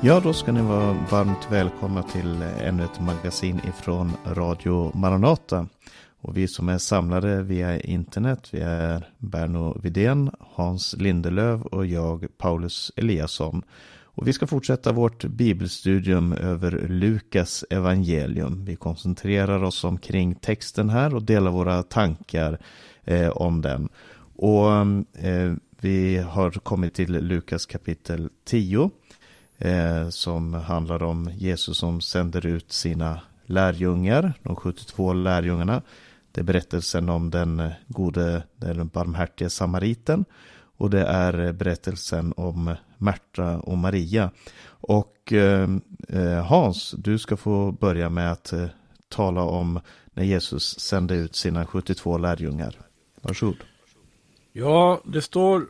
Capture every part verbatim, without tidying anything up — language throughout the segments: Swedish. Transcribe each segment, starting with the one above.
Ja, då ska ni vara varmt välkomna till ännu ett magasin ifrån Radio Maranata. Och vi som är samlade via internet, vi är Berno Widén, Hans Lindelöv och jag, Paulus Eliasson. Och vi ska fortsätta vårt bibelstudium över Lukas evangelium. Vi koncentrerar oss omkring texten här och delar våra tankar eh, om den. Och eh, vi har kommit till Lukas kapitel tio. Eh, som handlar om Jesus som sänder ut sina lärjungar, de sjuttiotvå lärjungarna. Det är berättelsen om den gode, den barmhärtiga samariten, och det är berättelsen om Märta och Maria. Och eh, Hans, du ska få börja med att eh, tala om när Jesus sände ut sina sjuttiotvå lärjungar. Varsågod. Ja, det står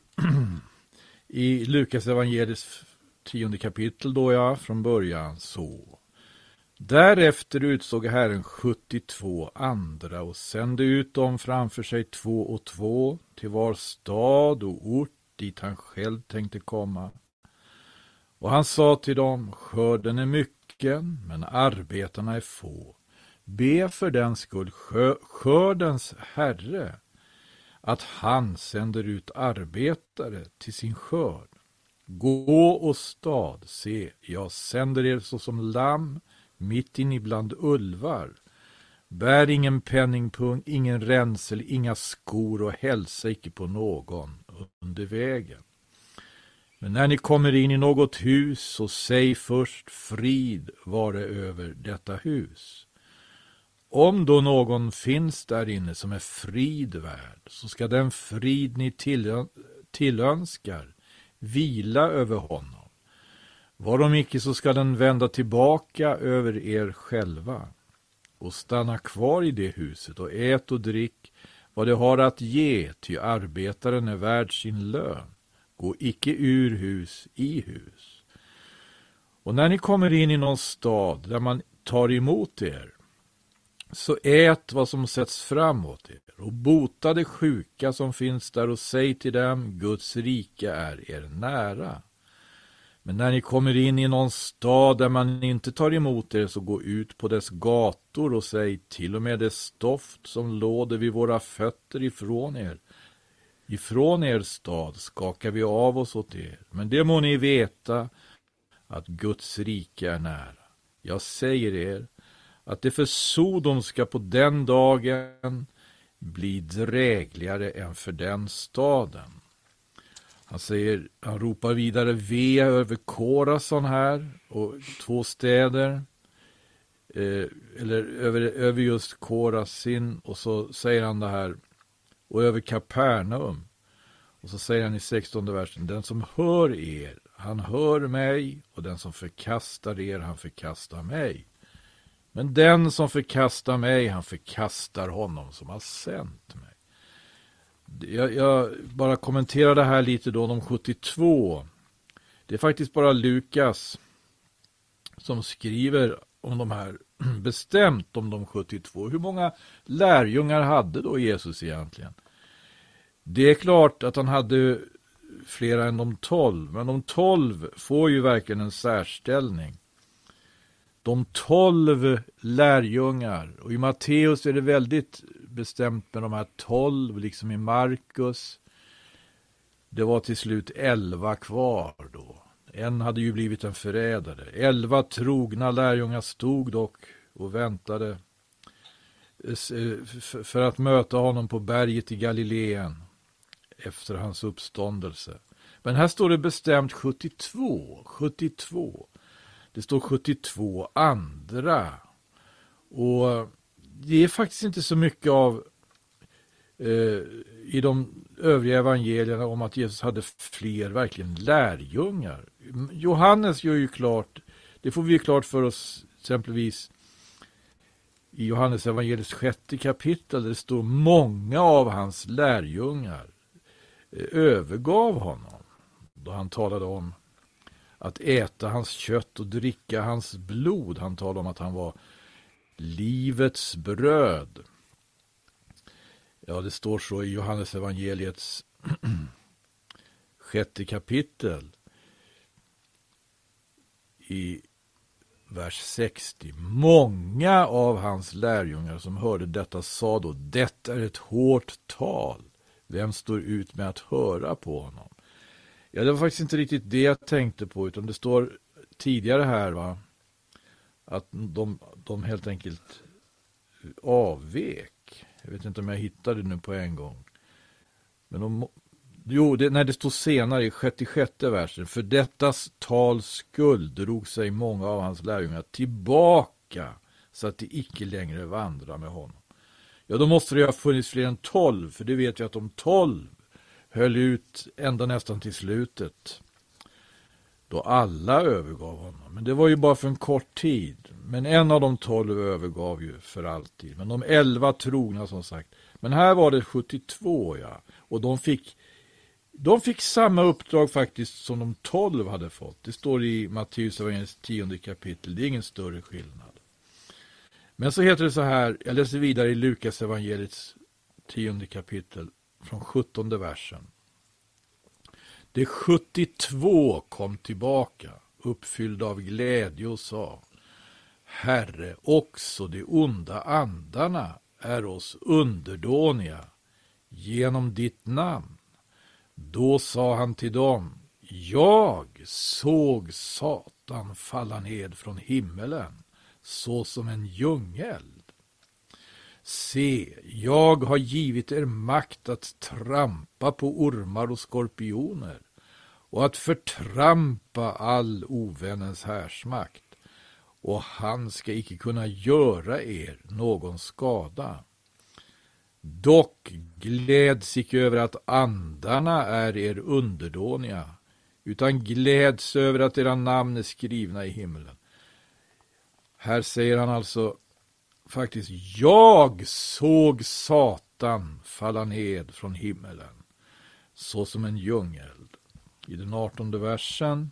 i Lukas evangeliets tionde kapitel då jag från början så. Därefter utsåg Herren sjuttiotvå andra och sände ut dem framför sig två och två till var stad och ort dit han själv tänkte komma. Och han sa till dem, skörden är mycken, men arbetarna är få. Be för den skull skö- skördens Herre att han sänder ut arbetare till sin skörd. Gå och stad, se, jag sänder er såsom lamm mitt in ibland ulvar. Bär ingen penningpung, ingen ränsel, inga skor och hälsa icke på någon under vägen. Men när ni kommer in i något hus så säg först frid vare över detta hus. Om då någon finns där inne som är frid värd, så ska den frid ni till, tillönskar vila över honom. Varom icke så ska den vända tillbaka över er själva och stanna kvar i det huset och ät och drick vad det har att ge, ty arbetaren är värd sin lön. Gå icke ur hus i hus. Och när ni kommer in i någon stad där man tar emot er, så ät vad som sätts framåt er och bota de sjuka som finns där och säg till dem, Guds rike är er nära. Men när ni kommer in i någon stad där man inte tar emot er, så gå ut på dess gator och säg, till och med det stoft som låder vid våra fötter ifrån er. Ifrån er stad skakar vi av oss åt er. Men det må ni veta att Guds rike är nära. Jag säger er att det för Sodom ska på den dagen bli drägligare än för den staden. Han säger, han ropar vidare ve över Korason här och två städer. Eh, eller över, över just Korasin, och så säger han det här, och över Kapernaum. Och så säger han i sextonde versen, den som hör er, han hör mig, och den som förkastar er, han förkastar mig. Men den som förkastar mig, han förkastar honom som har sänt mig. Jag, jag bara kommenterar det här lite då, de sjuttiotvå. Det är faktiskt bara Lukas som skriver om de här, bestämt om de sjuttiotvå. Hur många lärjungar hade då Jesus egentligen? Det är klart att han hade flera än de tolv, men de tolv får ju verkligen en särställning. De tolv lärjungar, och i Matteus är det väldigt bestämt med de här tolv, liksom i Markus. Det var till slut elva kvar då. En hade ju blivit en förrädare. Elva trogna lärjungar stod dock och väntade för att möta honom på berget i Galileen efter hans uppståndelse. Men här står det bestämt sjuttiotvå. sjuttiotvå. Det står sjuttiotvå andra. Och det är faktiskt inte så mycket av eh, i de övriga evangelierna om att Jesus hade fler verkligen lärjungar. Johannes gör ju klart, det får vi ju klart för oss exempelvis i Johannes evangeliets sjätte kapitel. Det står många av hans lärjungar eh, övergav honom då han talade om att äta hans kött och dricka hans blod. Han talade om att han var livets bröd. Ja, det står så i Johannes evangeliets sjätte kapitel. i vers sextio. Många av hans lärjungar som hörde detta sa då: detta är ett hårt tal. Vem står ut med att höra på honom? Ja, det var faktiskt inte riktigt det jag tänkte på, utan det står tidigare här, va, att de, de helt enkelt avvek. Jag vet inte om jag hittade det nu på en gång. Men de, jo, det, när det står senare i sjuttiosjätte versen. För dettas tal skuld drog sig många av hans lärjungar tillbaka, så att de icke längre vandrar med honom. Ja, då måste det ju ha funnits fler än tolv, för det vet vi att de tolv höll ut ända nästan till slutet, då alla övergav honom. Men det var ju bara för en kort tid. Men en av de tolv övergav ju för alltid. Men de elva trogna, som sagt. Men här var det sjuttiotvå, ja. Och de fick, de fick samma uppdrag faktiskt som de tolv hade fått. Det står i Matteus evangeliets tionde kapitel. Det är ingen större skillnad. Men så heter det så här, jag läser vidare i Lukas evangeliets tionde kapitel från sjuttonde versen. De sjuttiotvå kom tillbaka, uppfyllda av glädje, och sa: Herre, också de onda andarna är oss underdåniga genom ditt namn. Då sa han till dem: jag såg Satan falla ned från himmelen så som en ljungeld. Se, jag har givit er makt att trampa på ormar och skorpioner och att förtrampa all ovännens härsmakt, och han ska icke kunna göra er någon skada. Dock gläds icke över att andarna är er underdåniga, utan gläds över att era namn är skrivna i himlen. Här säger han alltså faktiskt: jag såg Satan falla ned från himmelen så som en ljungeld, i den artonde versen.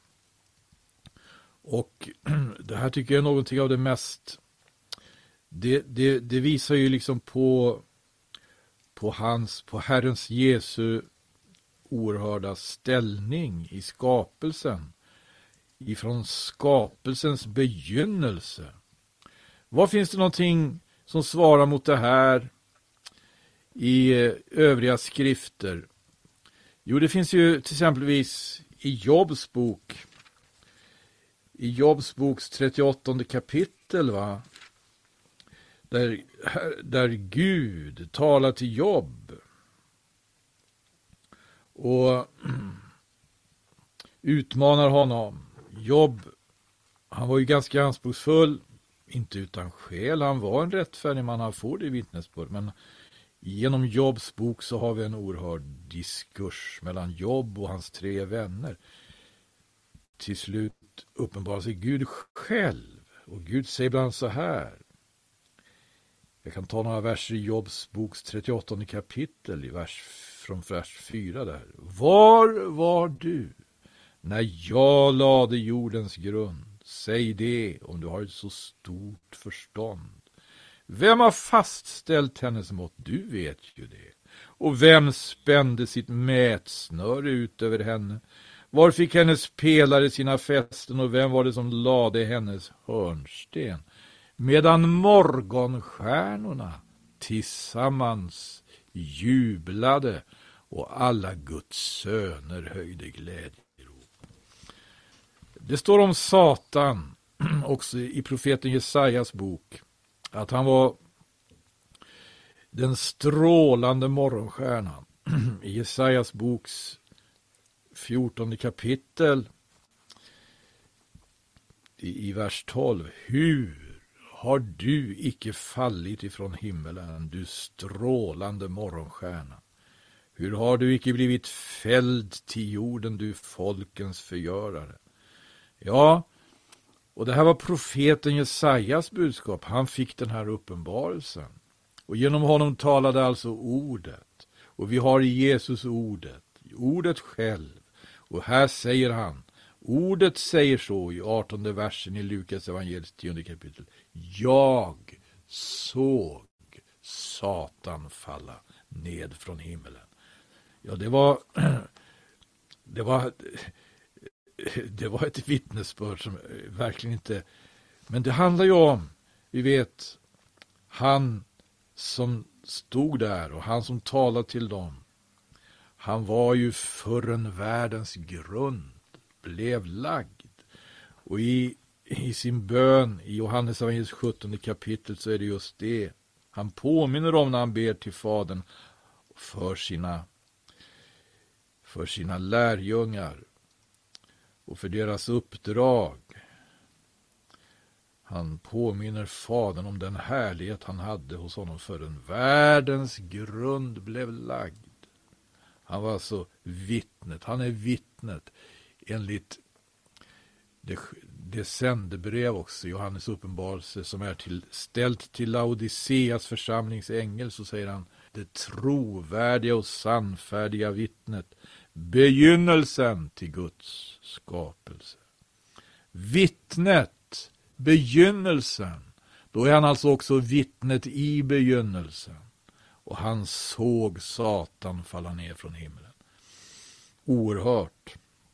Och det här tycker jag är någonting av det mest, det, det, det visar ju liksom på på hans, på Herrens Jesu oerhörda ställning i skapelsen, ifrån skapelsens begynnelse. Vad finns det någonting som svarar mot det här i övriga skrifter? Jo, det finns ju till exempelvis i Jobs bok, i Jobs boks trettioåttonde kapitel, va? Där, där Gud talar till Job och utmanar honom. Job, han var ju ganska anspråksfull, inte utan skäl. Han var en rättfärdig man, han får det i vittnesbörd. Men genom Jobs bok så har vi en oerhörd diskurs mellan Job och hans tre vänner. Till slut uppenbarar sig Gud själv. Och Gud säger bland annat så här. Jag kan ta några verser i Jobs boks trettioåttonde kapitel, i vers, från vers fyra där. Var var du när jag lade jordens grund? Säg det, om du har ett så stort förstånd. Vem har fastställt hennes mått? Du vet ju det. Och vem spände sitt mätsnöre ut över henne? Var fick hennes pelare sina fästen, och vem var det som lade hennes hörnsten? Medan morgonstjärnorna tillsammans jublade och alla Guds söner höjde glädjerop. Det står om Satan också i profeten Jesajas bok, att han var den strålande morgonstjärnan. I Jesajas boks fjortonde kapitel, i, i vers tolv. Hur har du icke fallit ifrån himmelen, du strålande morgonstjärna? Hur har du icke blivit fälld till jorden, du folkens förgörare? Ja, och det här var profeten Jesajas budskap. Han fick den här uppenbarelsen. Och genom honom talade alltså ordet. Och vi har i Jesus ordet, ordet själv. Och här säger han, ordet säger så i artonde versen i Lukas evangeliets tionde kapitel. Jag såg Satan falla ned från himmelen. Ja, det var det var det var ett vittnesbörd som verkligen inte... Men det handlar ju om, vi vet, han som stod där och han som talade till dem. Han var ju förrän världens grund blev lagd. Och i, i sin bön i Johannes evangeliets sjuttonde kapitel så är det just det. Han påminner om när han ber till Fadern för sina, för sina lärjungar och för deras uppdrag. Han påminner Fadern om den härlighet han hade hos honom förrän världens grund blev lagd. Han var alltså vittnet. Han är vittnet enligt det, det sändebrev också, Johannes uppenbarelse, som är till, ställt till Laodiceas församlingsängel. Så säger han, det trovärdiga och sannfärdiga vittnet, begynnelsen till Guds skapelse. Vittnet, begynnelsen. Då är han alltså också vittnet i begynnelsen. Och han såg Satan falla ner från himlen. Oerhört.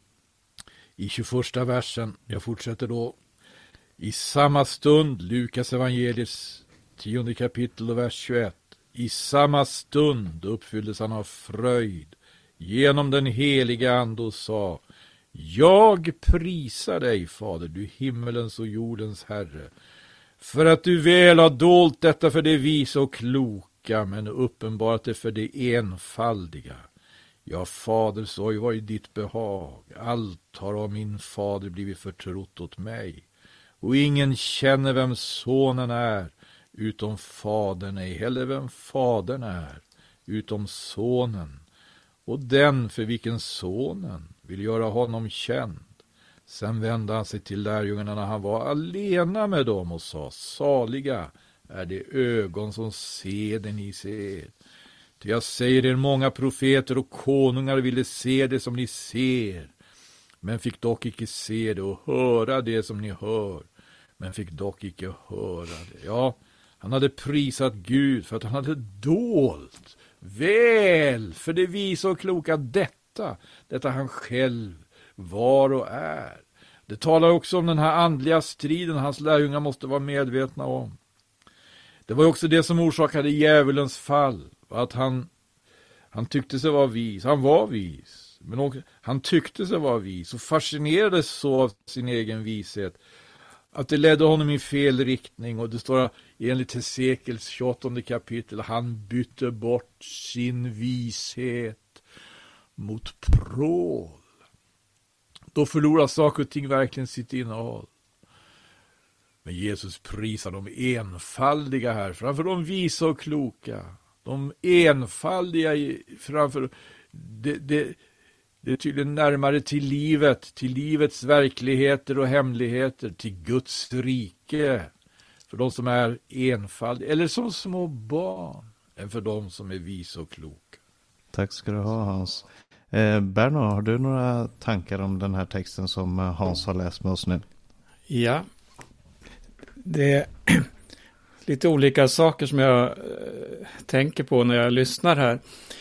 I tjugoförsta versen, jag fortsätter då. I samma stund, Lukas evangeliets tionde kapitel och vers tjugoett. I samma stund uppfylldes han av fröjd genom den heliga ande och sa, jag prisar dig, Fader, du himmelens och jordens Herre, för att du väl har dolt detta för det visa och kloka, men uppenbarat det för det enfaldiga. Ja, Fader, så var ju ditt behag. Allt har av min fader blivit förtrott åt mig. Och ingen känner vem sonen är, utom fadern, ej heller vem fadern är, utom sonen. Och den för vilken sonen vill göra honom känd. Sen vände han sig till lärjungarna när han var alena med dem och sa, saliga är det ögon som ser det ni ser. Ty jag säger er, många profeter och konungar ville se det som ni ser, men fick dock icke se det, och höra det som ni hör, men fick dock icke höra det. Ja, han hade prisat Gud för att han hade dolt väl för det visa och kloka detta, detta han själv var och är. Det talar också om den här andliga striden hans lärjungar måste vara medvetna om. Det var också det som orsakade djävulens fall. Att han, han tyckte sig vara vis. Han var vis. Men också, han tyckte sig vara vis. Och fascinerades så av sin egen vishet. Att det ledde honom i fel riktning. Och det står enligt Hesekiels tjugoåttonde kapitel. Han bytte bort sin vishet mot prål. Då förlorar saker och ting verkligen sitt innehåll. Men Jesus prisar de enfaldiga här framför de visa och kloka. De enfaldiga framför det, det, det är tydligen närmare till livet, till livets verkligheter och hemligheter, till Guds rike. För de som är enfaldiga, eller som små barn, än för de som är visa och kloka. Tack ska du ha, Hans. Eh, Berno, har du några tankar om den här texten som Hans har läst med oss nu? Ja, det är lite olika saker som jag eh, tänker på när jag lyssnar här.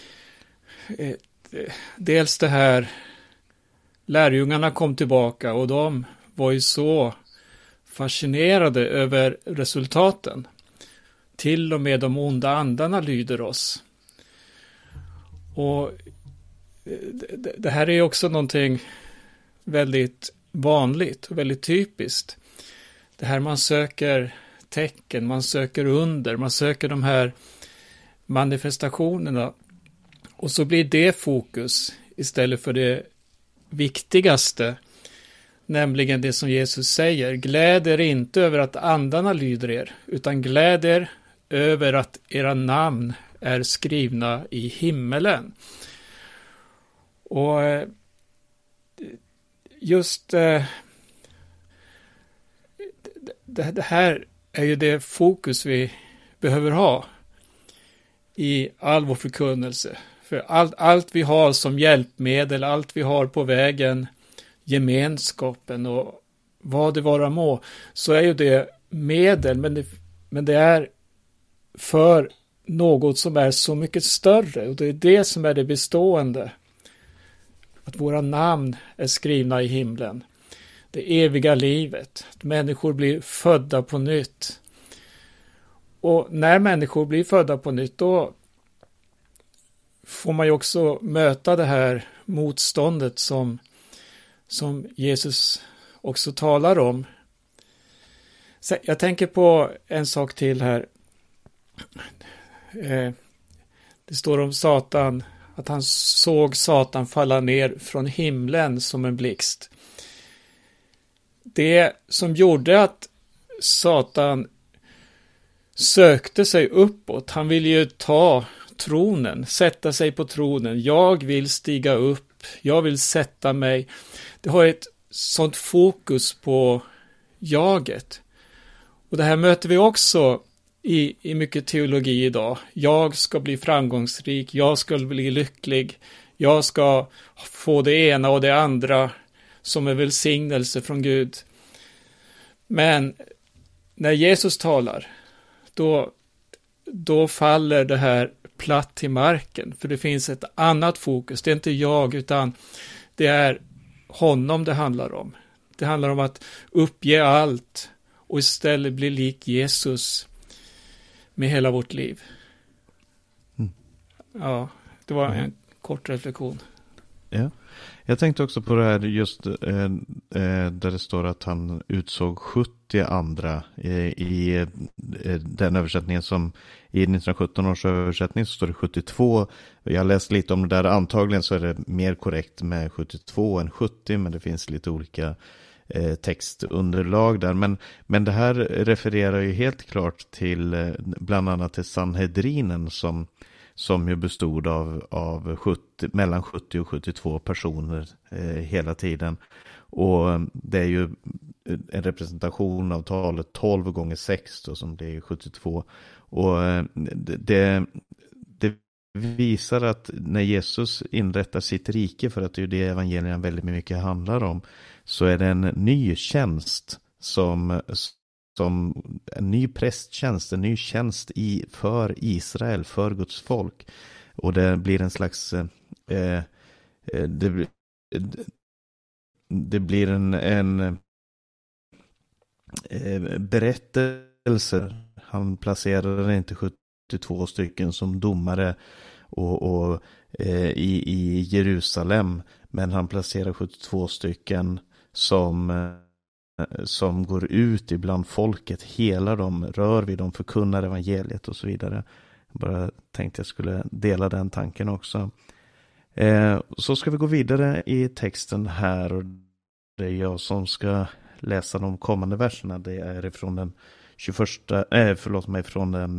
Eh, dels det här, lärjungarna kom tillbaka och de var ju så fascinerade över resultaten. Till och med de onda andarna lyder oss. Och det, det här är också någonting väldigt vanligt och väldigt typiskt. Det här man söker tecken, man söker under, man söker de här manifestationerna. Och så blir det fokus istället för det viktigaste, nämligen det som Jesus säger. Gläd er inte över att andarna lyder er, utan gläd er över att era namn är skrivna i himmelen. Och just det här är ju det fokus vi behöver ha i all vår förkunnelse. För allt, allt vi har som hjälpmedel, allt vi har på vägen, gemenskapen och vad det vara må, så är ju det medel, men det, men det är för något som är så mycket större, och det är det som är det bestående. att våra namn är skrivna i himlen. Det eviga livet, att människor blir födda på nytt. Och när människor blir födda på nytt, då får man ju också möta det här motståndet som, som Jesus också talar om. Så jag tänker på en sak till här. Eh, det står om Satan, att han såg Satan falla ner från himlen som en blixt. Det som gjorde att Satan sökte sig uppåt, han ville ju ta tronen, sätta sig på tronen. Jag vill stiga upp, jag vill sätta mig. Det har ett sånt fokus på jaget. Och det här möter vi också i, i mycket teologi idag. Jag ska bli framgångsrik, jag ska bli lycklig, jag ska få det ena och det andra som är välsignelse från Gud. Men när Jesus talar, då, då faller det här platt till marken. För det finns ett annat fokus. Det är inte jag, utan det är honom det handlar om. Det handlar om att uppge allt och istället bli lik Jesus med hela vårt liv. Mm. Ja, det var en mm. kort reflektion. Ja. Jag tänkte också på det här just eh, eh, där det står att han utsåg sjuttio andra eh, i eh, den översättningen som i nittonhundrasjutton års översättning så står det sjuttiotvå. Jag har läst lite om det där, antagligen så är det mer korrekt med sjuttiotvå än sjuttio, men det finns lite olika eh, textunderlag där. Men, men det här refererar ju helt klart till eh, bland annat till Sanhedrinen som som ju bestod av, av sjuttio, mellan sjuttio och sjuttiotvå personer eh, hela tiden. Och det är ju en representation av talet tolv gånger sex då, som blir sjuttiotvå. Och eh, det, det visar att när Jesus inrättar sitt rike, för att det är ju det evangelien väldigt mycket handlar om, så är det en ny tjänst som... som en ny prästtjänst, en ny tjänst i, för Israel, för Guds folk. Och det blir en slags eh, det, det blir en, en eh, berättelse. Han placerade inte sjuttiotvå stycken som domare och, och eh, i, i Jerusalem, men han placerar sjuttiotvå stycken som som går ut ibland folket, hela dem, rör vid dem, förkunnar evangeliet och så vidare. Jag bara tänkte jag skulle dela den tanken också. Eh, så ska vi gå vidare i texten här, och det är jag som ska läsa de kommande verserna. Det är från den tjugoförsta, eh, förlåt mig, från den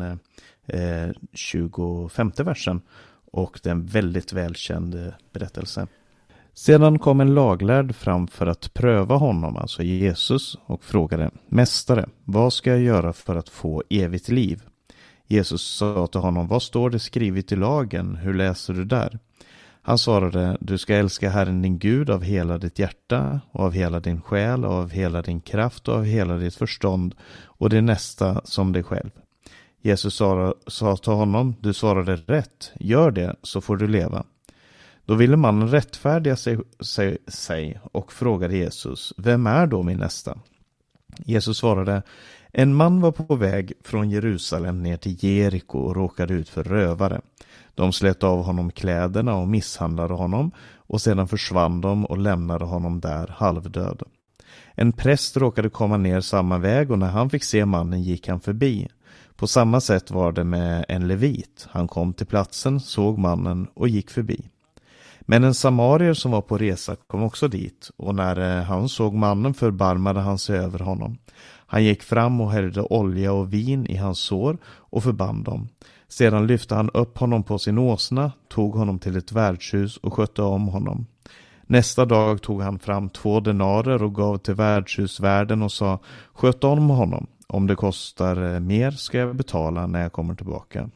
eh, tjugofemte versen, och det är en väldigt välkänd berättelse. Sedan kom en laglärd fram för att pröva honom, alltså Jesus, och frågade: Mästare, vad ska jag göra för att få evigt liv? Jesus sa till honom: Vad står det skrivet i lagen? Hur läser du där? Han svarade: Du ska älska Herren din Gud av hela ditt hjärta och av hela din själ och av hela din kraft och av hela ditt förstånd, och det nästa som dig själv. Jesus sa, sa till honom: Du svarade rätt, gör det så får du leva. Då ville mannen rättfärdiga sig, sig, sig och frågade Jesus: Vem är då min nästa? Jesus svarade: En man var på väg från Jerusalem ner till Jeriko och råkade ut för rövare. De slet av honom kläderna och misshandlade honom, och sedan försvann de och lämnade honom där halvdöd. En präst råkade komma ner samma väg, och när han fick se mannen gick han förbi. På samma sätt var det med en levit. Han kom till platsen, såg mannen och gick förbi. Men en samarier som var på resa kom också dit, och när han såg mannen förbarmade han sig över honom. Han gick fram och hällde olja och vin i hans sår och förband dem. Sedan lyfte han upp honom på sin åsna, tog honom till ett värdshus och skötte om honom. Nästa dag tog han fram två denarer och gav till värdshusvärden och sa: Sköt om honom, om det kostar mer ska jag betala när jag kommer tillbaka.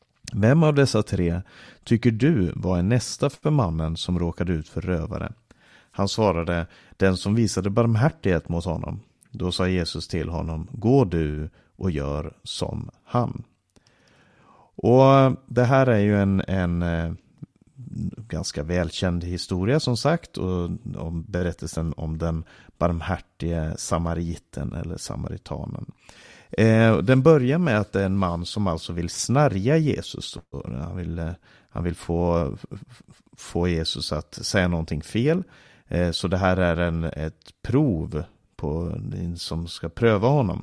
Vem av dessa tre tycker du var en nästa för mannen som råkade ut för rövare? Han svarade: Den som visade barmhärtighet mot honom. Då sa Jesus till honom: Gå du och gör som han. Och det här är ju en, en ganska välkänd historia som sagt, och om berättelsen om den barmhärtige samariten eller samaritanen. Eh, den börjar med att det är en man som alltså vill snärja Jesus. Han vill, han vill få, få Jesus att säga någonting fel. Eh, så det här är en, ett prov på, som ska pröva honom.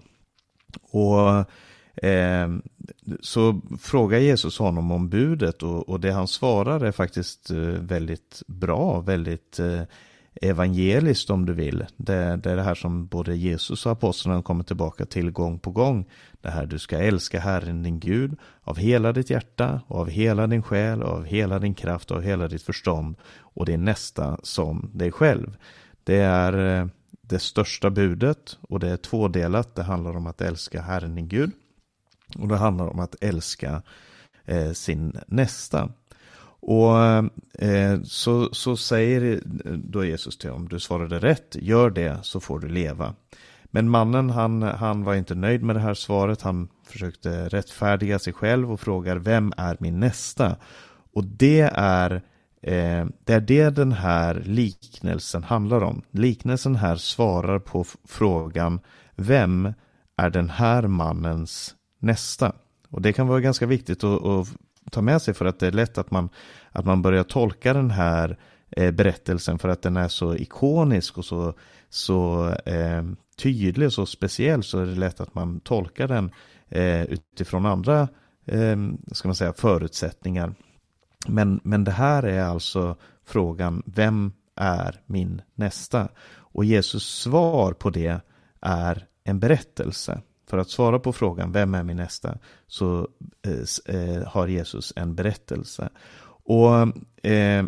Och Eh, så frågar Jesus honom om budet, och, och det han svarar är faktiskt eh, väldigt bra, väldigt eh, evangeliskt om du vill. Det, det är det här som både Jesus och apostlarna kommer tillbaka till gång på gång. Det här: du ska älska Herren din Gud av hela ditt hjärta och av hela din själ och av hela din kraft och av hela ditt förstånd, och det är nästa som dig själv. Det är eh, det största budet, och det är tvådelat. Det handlar om att älska Herren din Gud, och det handlar om att älska eh, sin nästa. Och eh, så, så säger då Jesus till honom: du svarade rätt, gör det så får du leva. Men mannen han, han var inte nöjd med det här svaret. Han försökte rättfärdiga sig själv och frågar: vem är min nästa? Och det är, eh, det är det den här liknelsen handlar om. Liknelsen här svarar på f- frågan: vem är den här mannens nästa? Och det kan vara ganska viktigt att, att ta med sig, för att det är lätt att man, att man börjar tolka den här eh, berättelsen, för att den är så ikonisk och så, så eh, tydlig och så speciell, så är det lätt att man tolkar den eh, utifrån andra eh, ska man säga, förutsättningar. Men, men det här är alltså frågan: vem är min nästa? Och Jesus svar på det är en berättelse. För att svara på frågan vem är min nästa, så eh, har Jesus en berättelse. Och eh,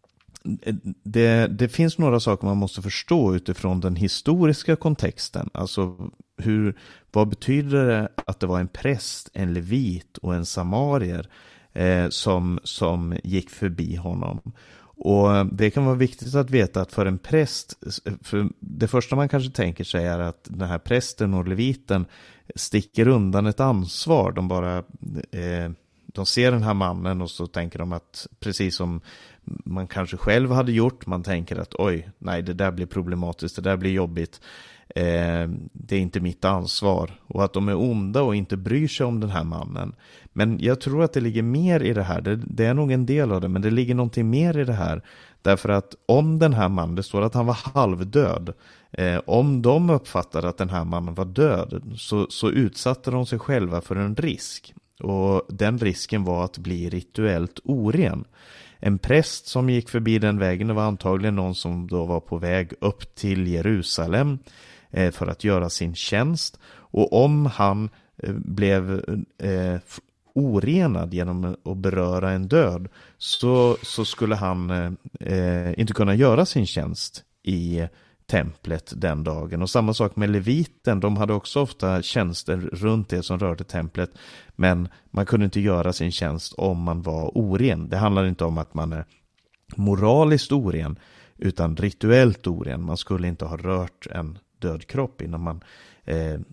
det, det finns några saker man måste förstå utifrån den historiska kontexten. Alltså hur, vad betyder det att det var en präst, en levit och en samarier eh, som, som gick förbi honom? Och det kan vara viktigt att veta att för en präst, för det första man kanske tänker sig är att den här prästen och leviten sticker undan ett ansvar. De bara eh, de ser den här mannen och så tänker de att, precis som man kanske själv hade gjort, man tänker att oj, nej, det där blir problematiskt, det där blir jobbigt, eh, det är inte mitt ansvar. Och att de är onda och inte bryr sig om den här mannen. Men jag tror att det ligger mer i det här. Det, det är nog en del av det, men det ligger någonting mer i det här. Därför att om den här mannen, det står att han var halvdöd. Eh, om de uppfattade att den här mannen var död, så, så utsatte de sig själva för en risk. Och den risken var att bli rituellt oren. En präst som gick förbi den vägen, det var antagligen någon som då var på väg upp till Jerusalem eh, för att göra sin tjänst. Och om han eh, blev eh, orenad genom att beröra en död, så, så skulle han eh, inte kunna göra sin tjänst i templet den dagen. Och samma sak med leviten, de hade också ofta tjänster runt det som rörde templet, men man kunde inte göra sin tjänst om man var oren. Det handlar inte om att man är moraliskt oren, utan rituellt oren. Man skulle inte ha rört en död kropp innan man, eh, eh,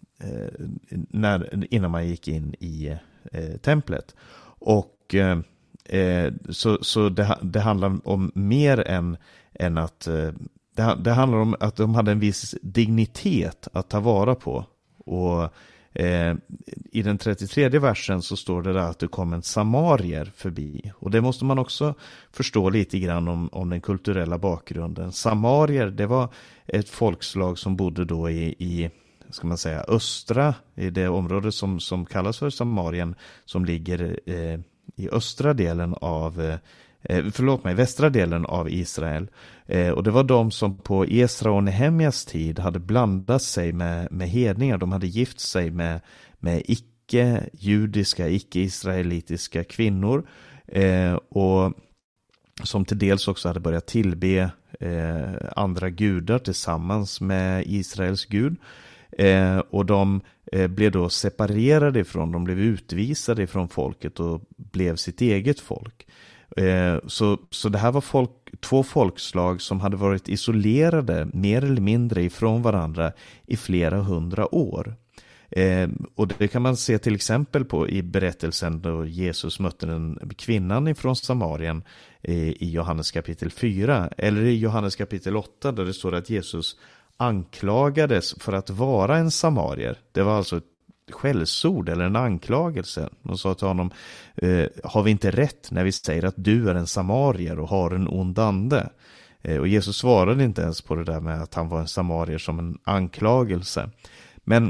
när, innan man gick in i eh, templet. Och eh, så, så det, det handlar om mer än, än att eh, Det, det handlar om att de hade en viss dignitet att ta vara på. Och eh, i den trettiotredje versen så står det där att det kom en samarier förbi. Och det måste man också förstå lite grann om, om den kulturella bakgrunden. Samarier, det var ett folkslag som bodde då i, i ska man säga, östra, i det område som, som kallas för Samarien, som ligger eh, i östra delen av eh, Eh, förlåt mig, västra delen av Israel. Eh, och det var de som på Esra och Nehemjas tid hade blandat sig med, med hedningar. De hade gift sig med, med icke-judiska, icke-israelitiska kvinnor. Eh, och som till dels också hade börjat tillbe eh, andra gudar tillsammans med Israels gud. Eh, och de eh, blev då separerade ifrån, de blev utvisade ifrån folket och blev sitt eget folk. Så, så det här var folk, två folkslag som hade varit isolerade mer eller mindre ifrån varandra i flera hundra år. Eh, och det kan man se till exempel på i berättelsen då Jesus mötte den kvinnan ifrån Samarien eh, i Johannes kapitel fyra. Eller i Johannes kapitel åtta där det står att Jesus anklagades för att vara en samarier. Det var alltså ett skällsord eller en anklagelse. De sa till honom, eh, har vi inte rätt när vi säger att du är en samarier och har en ond ande? Eh, och Jesus svarade inte ens på det där med att han var en samarier som en anklagelse. Men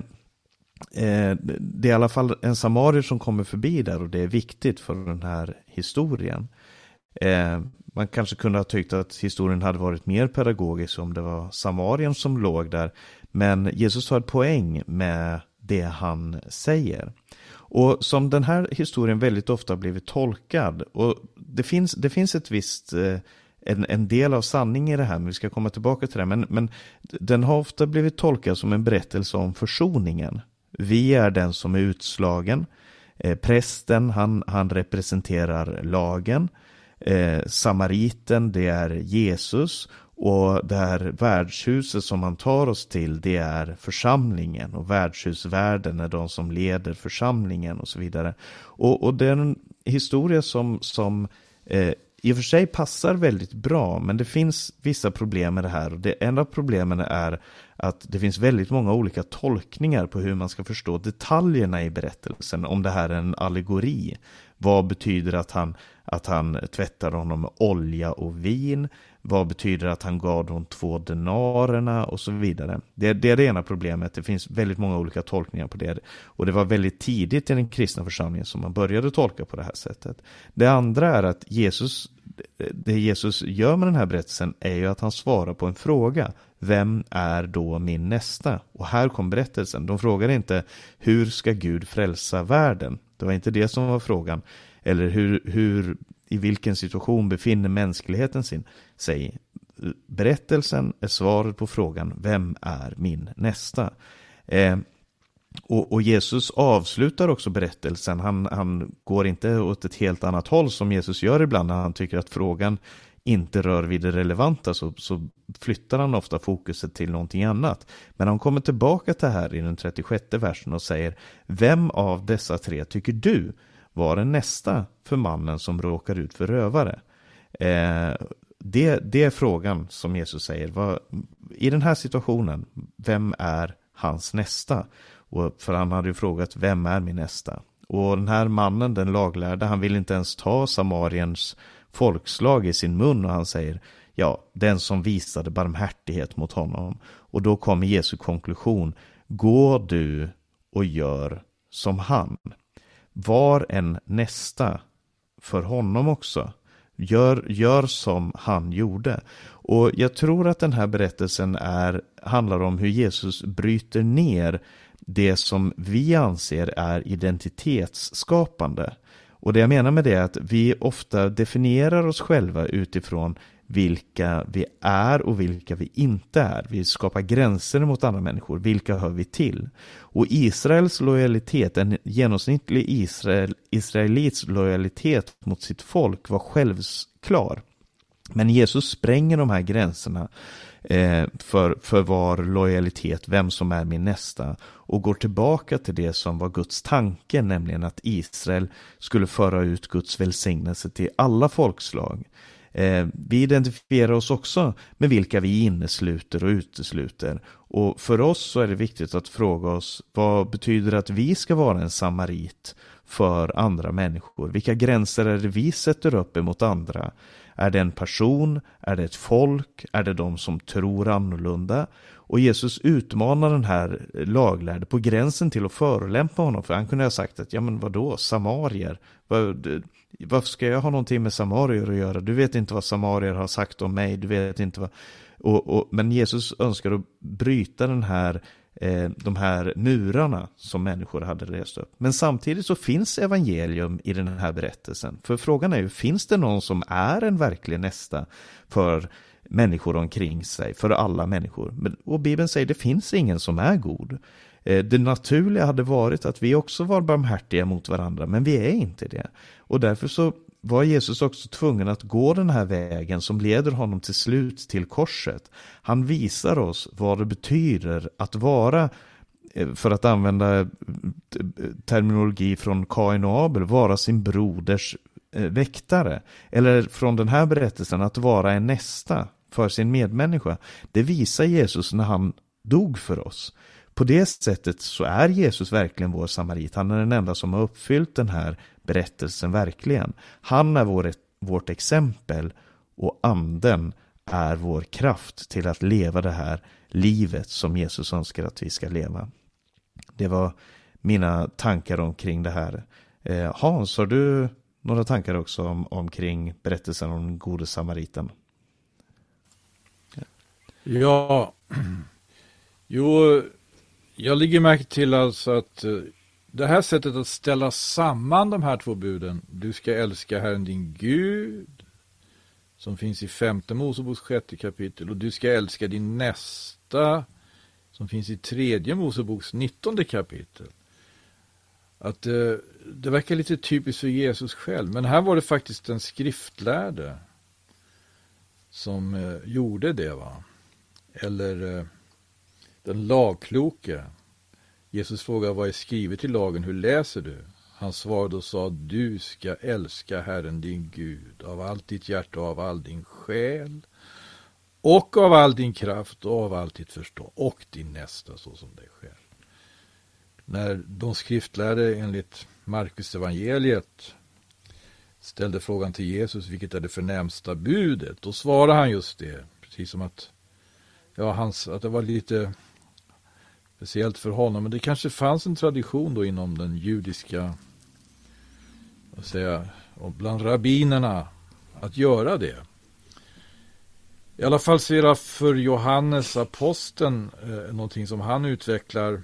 eh, det är i alla fall en samarier som kommer förbi där, och det är viktigt för den här historien. Eh, man kanske kunde ha tyckt att historien hade varit mer pedagogisk om det var samarien som låg där. Men Jesus har ett poäng med det han säger. Och som den här historien väldigt ofta blivit tolkad, och det finns, det finns ett visst eh, en, en del av sanning i det här, men vi ska komma tillbaka till det, men, men den har ofta blivit tolkad som en berättelse om försoningen. Vi är den som är utslagen, eh, prästen han, han representerar lagen, eh, samariten det är Jesus, och det här värdshuset som man tar oss till, det är församlingen, och värdshusvärden är de som leder församlingen och så vidare. Och, och det är en historia som, som eh, i och för sig passar väldigt bra, men det finns vissa problem med det här. Och det enda av problemen är att det finns väldigt många olika tolkningar på hur man ska förstå detaljerna i berättelsen. Om det här är en allegori. Vad betyder att han, att han tvättar honom med olja och vin? Vad betyder att han gav de två denarerna och så vidare. Det, det är det ena problemet. Det finns väldigt många olika tolkningar på det. Och det var väldigt tidigt i den kristna församlingen som man började tolka på det här sättet. Det andra är att Jesus, det Jesus gör med den här berättelsen är ju att han svarar på en fråga. Vem är då min nästa? Och här kom berättelsen. De frågar inte hur ska Gud frälsa världen? Det var inte det som var frågan. Eller hur, hur i vilken situation befinner mänskligheten sin, sig. Berättelsen är svaret på frågan, vem är min nästa? Eh, och, och Jesus avslutar också berättelsen. Han, han går inte åt ett helt annat håll som Jesus gör ibland när han tycker att frågan inte rör vid det relevanta, så, så flyttar han ofta fokuset till någonting annat. Men han kommer tillbaka till här i den trettiosjätte versen och säger, vem av dessa tre tycker du var den nästa för mannen som råkar ut för rövare? Eh, det, det är frågan som Jesus säger. Vad, i den här situationen, vem är hans nästa? Och för han hade ju frågat, vem är min nästa? Och den här mannen, den laglärde, han vill inte ens ta Samariens folkslag i sin mun, och han säger, ja, den som visade barmhärtighet mot honom. Och då kommer Jesu konklusion, gå du och gör som han. Var en nästa för honom också. Gör, gör som han gjorde. Och jag tror att den här berättelsen är, handlar om hur Jesus bryter ner det som vi anser är identitetsskapande. Och det jag menar med det är att vi ofta definierar oss själva utifrån vilka vi är och vilka vi inte är. Vi skapar gränser mot andra människor. Vilka hör vi till? Och Israels lojalitet, en genomsnittlig Israel, israelits lojalitet mot sitt folk var självklar. Men Jesus spränger de här gränserna eh, för, för var lojalitet, vem som är min nästa, och går tillbaka till det som var Guds tanke, nämligen att Israel skulle föra ut Guds välsignelse till alla folkslag. Eh, vi identifierar oss också med vilka vi innesluter och utesluter. Och för oss så är det viktigt att fråga oss, vad betyder det att vi ska vara en samarit för andra människor? Vilka gränser är det vi sätter upp emot andra? Är det en person? Är det ett folk? Är det de som tror annorlunda? Och Jesus utmanar den här laglärde på gränsen till att förolämpa honom. För han kunde ha sagt att, ja men vadå, samarier? Vad, varför ska jag ha någonting med samarier att göra? Du vet inte vad samarier har sagt om mig. Du vet inte vad... Och, och, men Jesus önskar att bryta den här, eh, de här murarna som människor hade rest upp. Men samtidigt så finns evangelium i den här berättelsen. För frågan är ju, finns det någon som är en verklig nästa för människor omkring sig, för alla människor? Och Bibeln säger, det finns ingen som är god. Eh, det naturliga hade varit att vi också var barmhärtiga mot varandra, men vi är inte det. Och därför så var Jesus också tvungen att gå den här vägen som leder honom till slut till korset. Han visar oss vad det betyder att vara för att använda terminologi från Kain och Abel, vara sin broders väktare. Eller från den här berättelsen att vara en nästa för sin medmänniska. Det visar Jesus när han dog för oss. På det sättet så är Jesus verkligen vår samarit. Han är den enda som har uppfyllt den här berättelsen verkligen. Han är vår, vårt exempel och anden är vår kraft till att leva det här livet som Jesus önskar att vi ska leva. Det var mina tankar omkring det här. Eh, Hans, har du några tankar också om, omkring berättelsen om den gode samariten? Ja, jo, jag ligger märke till alltså att det här sättet att ställa samman de här två buden, du ska älska Herren din Gud, som finns i femte Moseboks sjätte kapitel, och du ska älska din nästa, som finns i tredje Moseboks nittonde kapitel. Att det, det verkar lite typiskt för Jesus själv, men här var det faktiskt en skriftlärde som eh, gjorde det, va? Eller eh, den lagkloke. Jesus frågade, vad är skrivet i lagen, hur läser du? Han svarade och sa, du ska älska Herren din Gud av allt ditt hjärta och av all din själ och av all din kraft och av allt ditt förstånd och din nästa så som dig själv. När de skriftlärde enligt Markus evangeliet ställde frågan till Jesus, vilket är det förnämsta budet, då svarade han just det, precis som att, ja, hans, att det var lite speciellt för honom, men det kanske fanns en tradition då inom den judiska, vad säga, och bland rabbinerna att göra det. I alla fall ser jag för Johannes aposteln eh, någonting som han utvecklar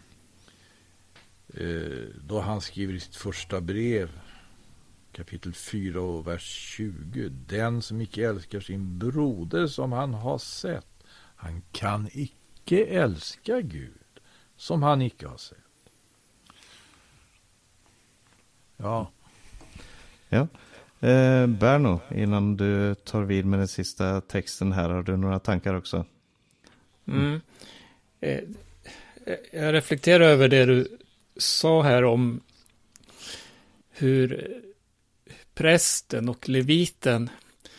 eh, då han skriver i sitt första brev, kapitel fyra och vers tjugo. Den som icke älskar sin broder som han har sett, han kan icke älska Gud som han icke har sett. Ja. Ja. Eh, Berno, innan du tar vid med den sista texten här, har du några tankar också? Mm. Eh, jag reflekterar över det du sa här om hur prästen och leviten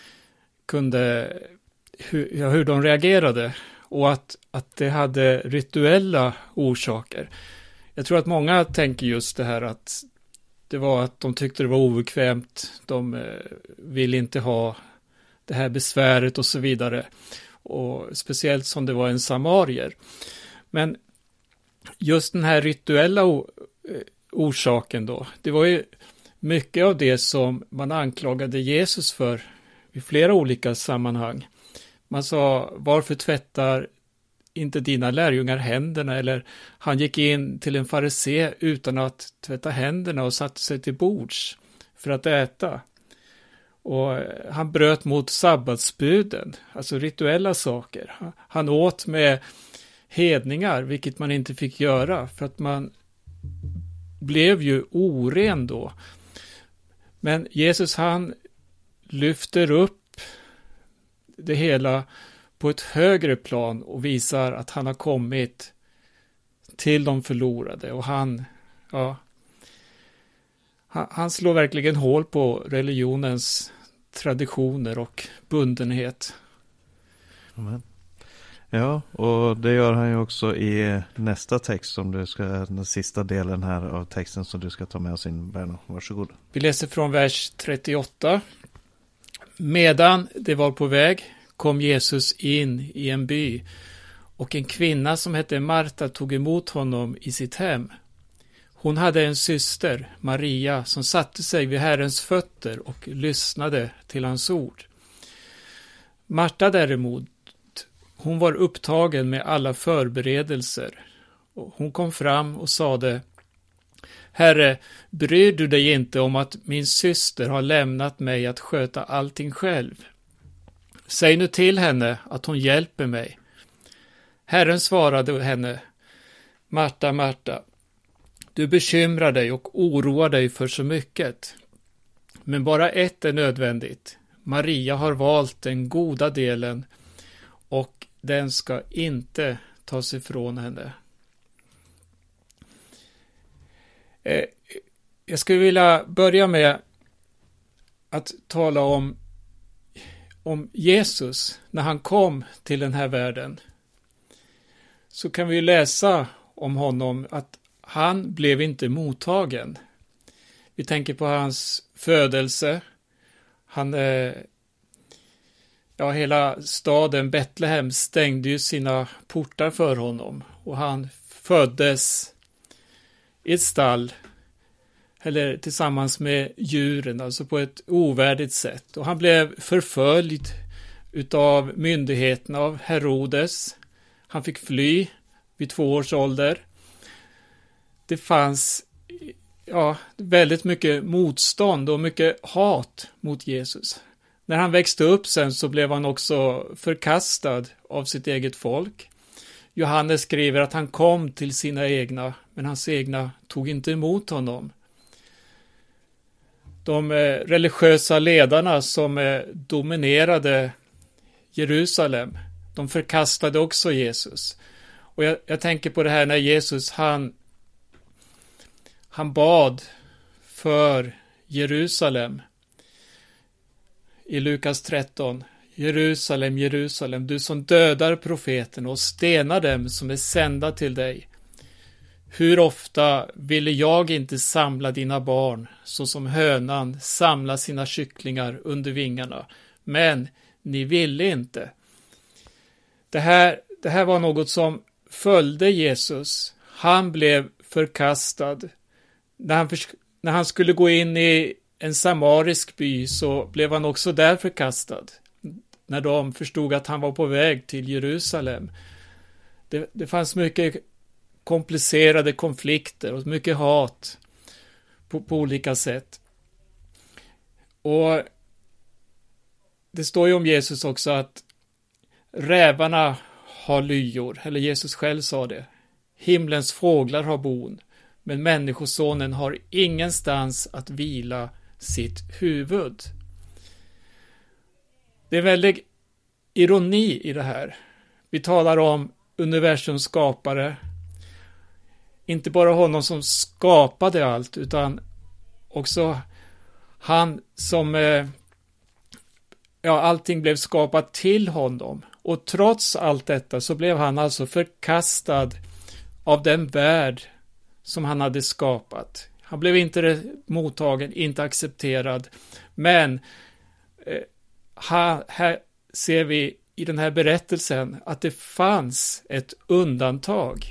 kunde, hur, ja, hur de reagerade och att, att det hade rituella orsaker. Jag tror att många tänker just det här att det var att de tyckte det var obekvämt, de eh, vill inte ha det här besväret och så vidare. Och speciellt som det var en samarier. Men just den här rituella o- orsaken då, det var ju mycket av det som man anklagade Jesus för i flera olika sammanhang. Man sa, varför tvättar inte dina lärjungar händerna? Eller han gick in till en farisé utan att tvätta händerna och satte sig till bords för att äta. Och han bröt mot sabbatsbuden, alltså rituella saker. Han åt med hedningar, vilket man inte fick göra för att man blev ju oren då. Men Jesus, han lyfter upp det hela på ett högre plan och visar att han har kommit till de förlorade. Och han, ja, han, han slår verkligen hål på religionens traditioner och bundenhet. Amen. Ja, och det gör han ju också i nästa text som du ska, den sista delen här av texten som du ska ta med oss in, Berno. Varsågod. Vi läser från vers trettioåtta. Medan det var på väg kom Jesus in i en by och en kvinna som hette Marta tog emot honom i sitt hem. Hon hade en syster, Maria, som satte sig vid Herrens fötter och lyssnade till hans ord. Marta däremot, hon var upptagen med alla förberedelser. Hon kom fram och sade: Herre, bryr du dig inte om att min syster har lämnat mig att sköta allting själv? Säg nu till henne att hon hjälper mig. Herren svarade henne: Marta, Marta, du bekymrar dig och oroar dig för så mycket. Men bara ett är nödvändigt. Maria har valt den goda delen och den ska inte tas ifrån henne. Eh, jag skulle vilja börja med att tala om, om Jesus när han kom till den här världen. Så kan vi läsa om honom att han blev inte mottagen. Vi tänker på hans födelse. Han, eh, ja, hela staden Betlehem stängde ju sina portar för honom. Och han föddes i ett stall, eller tillsammans med djuren, alltså på ett ovärdigt sätt. Och han blev förföljd utav myndigheterna, av Herodes. Han fick fly vid två års ålder. Det fanns ja, väldigt mycket motstånd och mycket hat mot Jesus. När han växte upp sen så blev han också förkastad av sitt eget folk. Johannes skriver att han kom till sina egna, men hans egna tog inte emot honom. De religiösa ledarna som dominerade Jerusalem, de förkastade också Jesus. Och jag, jag tänker på det här när Jesus, han, han bad för Jerusalem. I Lukas tretton. Jerusalem, Jerusalem, du som dödar profeten och stenar dem som är sända till dig. Hur ofta ville jag inte samla dina barn så som hönan samlar sina kycklingar under vingarna. Men ni ville inte. Det här, det här var något som följde Jesus. Han blev förkastad. När han, när han skulle gå in i en samarisk by så blev han också där förkastad. När de förstod att han var på väg till Jerusalem. Det, det fanns mycket komplicerade konflikter och mycket hat på, på olika sätt. Och det står ju om Jesus också att rävarna har lyor, eller Jesus själv sa det. Himlens fåglar har bon, men människosonen har ingenstans att vila sitt huvud. Det är väldigt ironi i det här. Vi talar om universums skapare. Inte bara honom som skapade allt, utan också han som eh, ja, allting blev skapat till honom. Och trots allt detta så blev han alltså förkastad av den värld som han hade skapat. Han blev inte mottagen, inte accepterad. Men eh, här, här ser vi i den här berättelsen att det fanns ett undantag.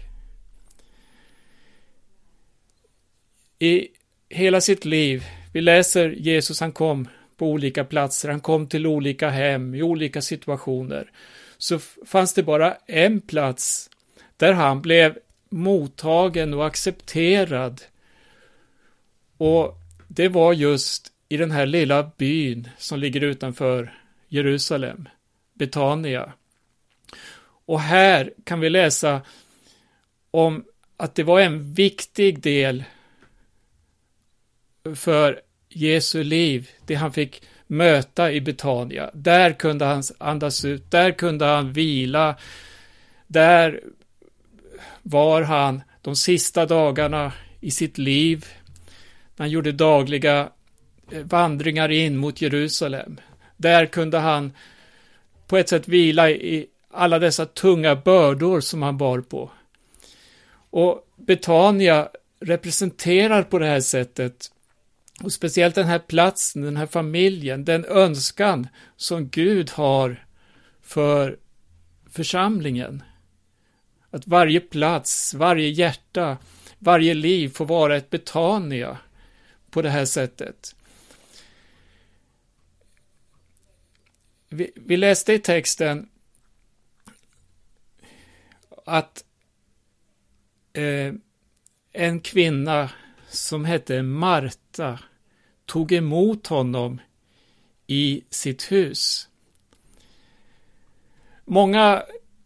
I hela sitt liv, vi läser Jesus, han kom på olika platser, han kom till olika hem, i olika situationer. Så fanns det bara en plats där han blev mottagen och accepterad. Och det var just i den här lilla byn som ligger utanför Jerusalem, Betania. Och här kan vi läsa om att det var en viktig del för Jesu liv, det han fick möta i Betania. Där kunde han andas ut, där kunde han vila, där var han de sista dagarna i sitt liv. Han gjorde dagliga vandringar in mot Jerusalem. Där kunde han på ett sätt vila i alla dessa tunga bördor som han bar på. Och Betania representerar på det här sättet, och speciellt den här platsen, den här familjen, den önskan som Gud har för församlingen. Att varje plats, varje hjärta, varje liv får vara ett Betania på det här sättet. Vi, vi läste i texten att eh, en kvinna som hette Marta tog emot honom i sitt hus. Många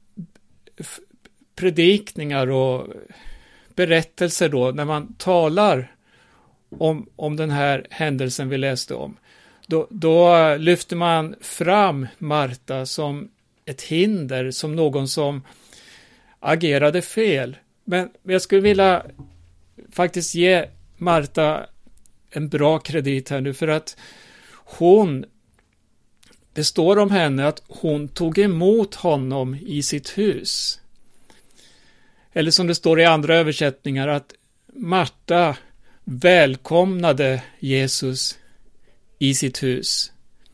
predikningar och berättelser då, när man talar om, om den här händelsen vi läste om, då, då lyfter man fram Marta som ett hinder, som någon som agerade fel. Men jag skulle vilja faktiskt ge Marta en bra kredit här nu, för att hon, det står om henne att hon tog emot honom i sitt hus. Eller som det står i andra översättningar, att Marta välkomnade Jesus i sitt hus.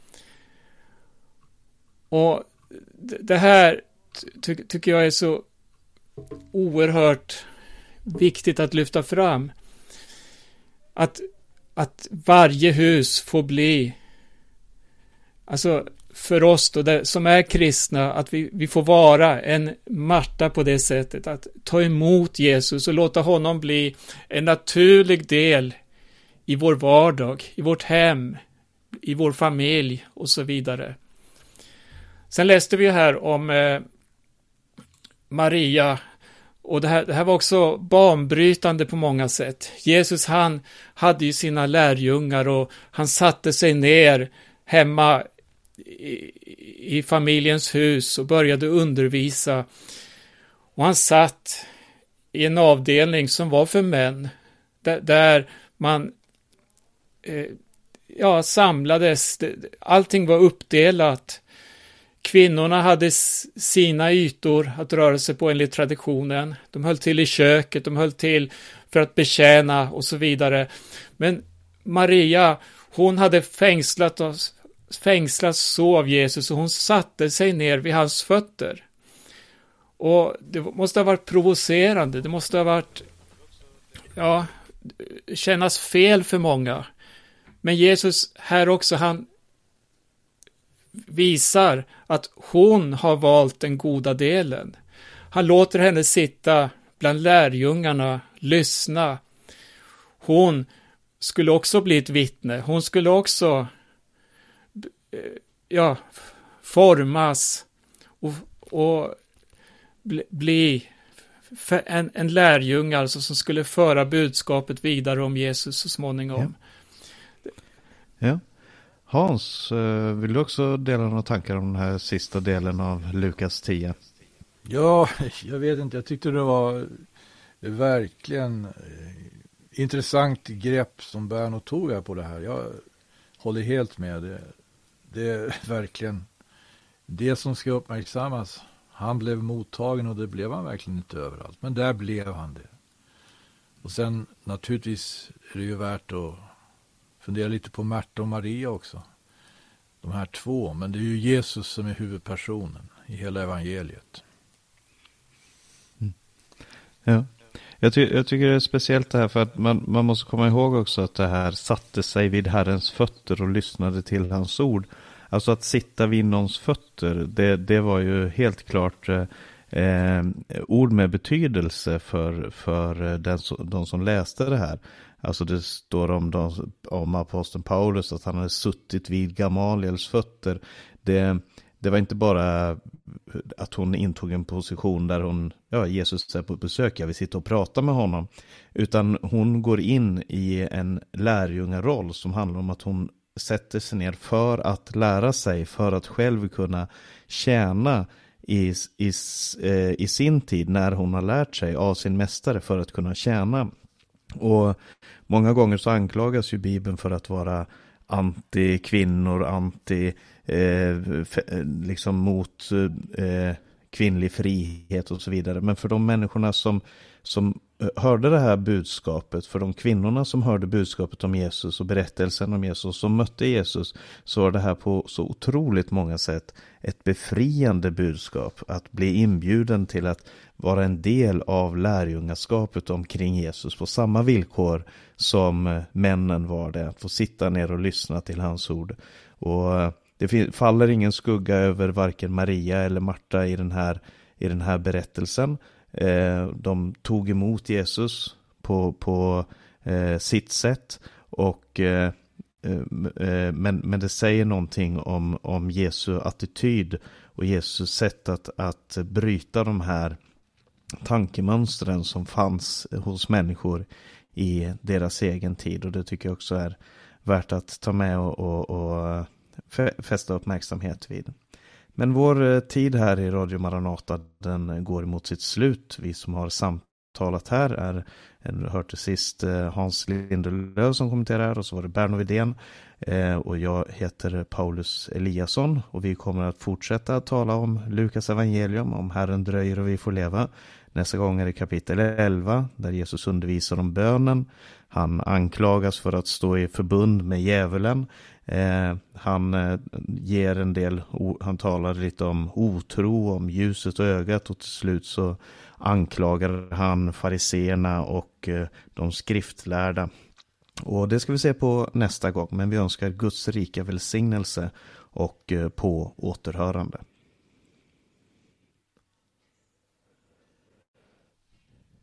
Och det här ty- tycker jag är så oerhört viktigt att lyfta fram. Att, att varje hus får bli, alltså för oss då, det, som är kristna, att vi, vi får vara en Marta på det sättet, att ta emot Jesus och låta honom bli en naturlig del i vår vardag, i vårt hem, i vår familj och så vidare. Sen läste vi här om eh, Maria, och det här, det här var också banbrytande på många sätt. Jesus, han hade ju sina lärjungar och han satte sig ner hemma i, i familjens hus och började undervisa. Och han satt i en avdelning som var för män, där, där man eh, ja, samlades. Allting var uppdelat. Kvinnorna hade sina ytor att röra sig på enligt traditionen. De höll till i köket, de höll till för att betjäna och så vidare. Men Maria, hon hade fängslat oss, fängslats så av Jesus, och hon satte sig ner vid hans fötter. Och det måste ha varit provocerande, det måste ha varit, ja, kännas fel för många. Men Jesus här också, han visar att hon har valt den goda delen. Han låter henne sitta bland lärjungarna, lyssna. Hon skulle också bli ett vittne. Hon skulle också ja, formas och, och bli, bli en, en lärjunge alltså, som skulle föra budskapet vidare om Jesus så småningom. Ja. Ja. Hans, vill du också dela några tankar om den här sista delen av Lukas tio? Ja, jag vet inte. Jag tyckte det var verkligen intressant grepp som Berno tog här på det här. Jag håller helt med. Det, det är verkligen det som ska uppmärksammas. Han blev mottagen, och det blev han verkligen inte överallt. Men där blev han det. Och sen naturligtvis är det ju värt att fundera lite på Marta och Maria också. De här två. Men det är ju Jesus som är huvudpersonen i hela evangeliet. Mm. Ja. Jag, ty- jag tycker det är speciellt det här, för att man, man måste komma ihåg också att det här satte sig vid Herrens fötter och lyssnade till hans ord. Alltså att sitta vid någons fötter, det, det var ju helt klart eh, ord med betydelse för, för den, de som läste det här. Alltså det står om, de, om aposteln Paulus att han hade suttit vid Gamaliels fötter. Det, det var inte bara att hon intog en position där hon, ja, Jesus är på besök, jag vill sitta och prata med honom. Utan hon går in i en lärjungaroll som handlar om att hon sätter sig ner för att lära sig, för att själv kunna tjäna i, i, i sin tid när hon har lärt sig av sin mästare, för att kunna tjäna. Och många gånger så anklagas ju Bibeln för att vara anti-kvinnor, anti eh, liksom mot eh, kvinnlig frihet och så vidare. Men för de människorna som, som hörde det här budskapet, för de kvinnorna som hörde budskapet om Jesus och berättelsen om Jesus, som mötte Jesus, så var det här på så otroligt många sätt ett befriande budskap. Att bli inbjuden till att vara en del av lärjungaskapet omkring Jesus på samma villkor som männen var det. Att få sitta ner och lyssna till hans ord. Och det faller ingen skugga över varken Maria eller Marta i den här, i den här berättelsen. De tog emot Jesus på, på eh, sitt sätt, och, eh, eh, men, men det säger någonting om, om Jesu attityd och Jesus sätt att, att bryta de här tankemönstren som fanns hos människor i deras egen tid. Och det tycker jag också är värt att ta med och, och, och fästa uppmärksamhet vid. Men vår tid här i Radio Maranata, den går mot sitt slut. Vi som har samt talat här är, du hörde sist Hans Lindelöf som kommenterar här, och så var det Berno Widén och jag heter Paulus Eliasson, och vi kommer att fortsätta tala om Lukas evangelium, om Herren dröjer och vi får leva. Nästa gång är det kapitel elva där Jesus undervisar om bönen. Han anklagas för att stå i förbund med djävulen. Eh, han eh, ger en del, han talar lite om otro, om ljuset och ögat, och till slut så anklagar han fariseerna och eh, de skriftlärda. Och det ska vi se på nästa gång, men vi önskar Guds rika välsignelse och eh, på återhörande.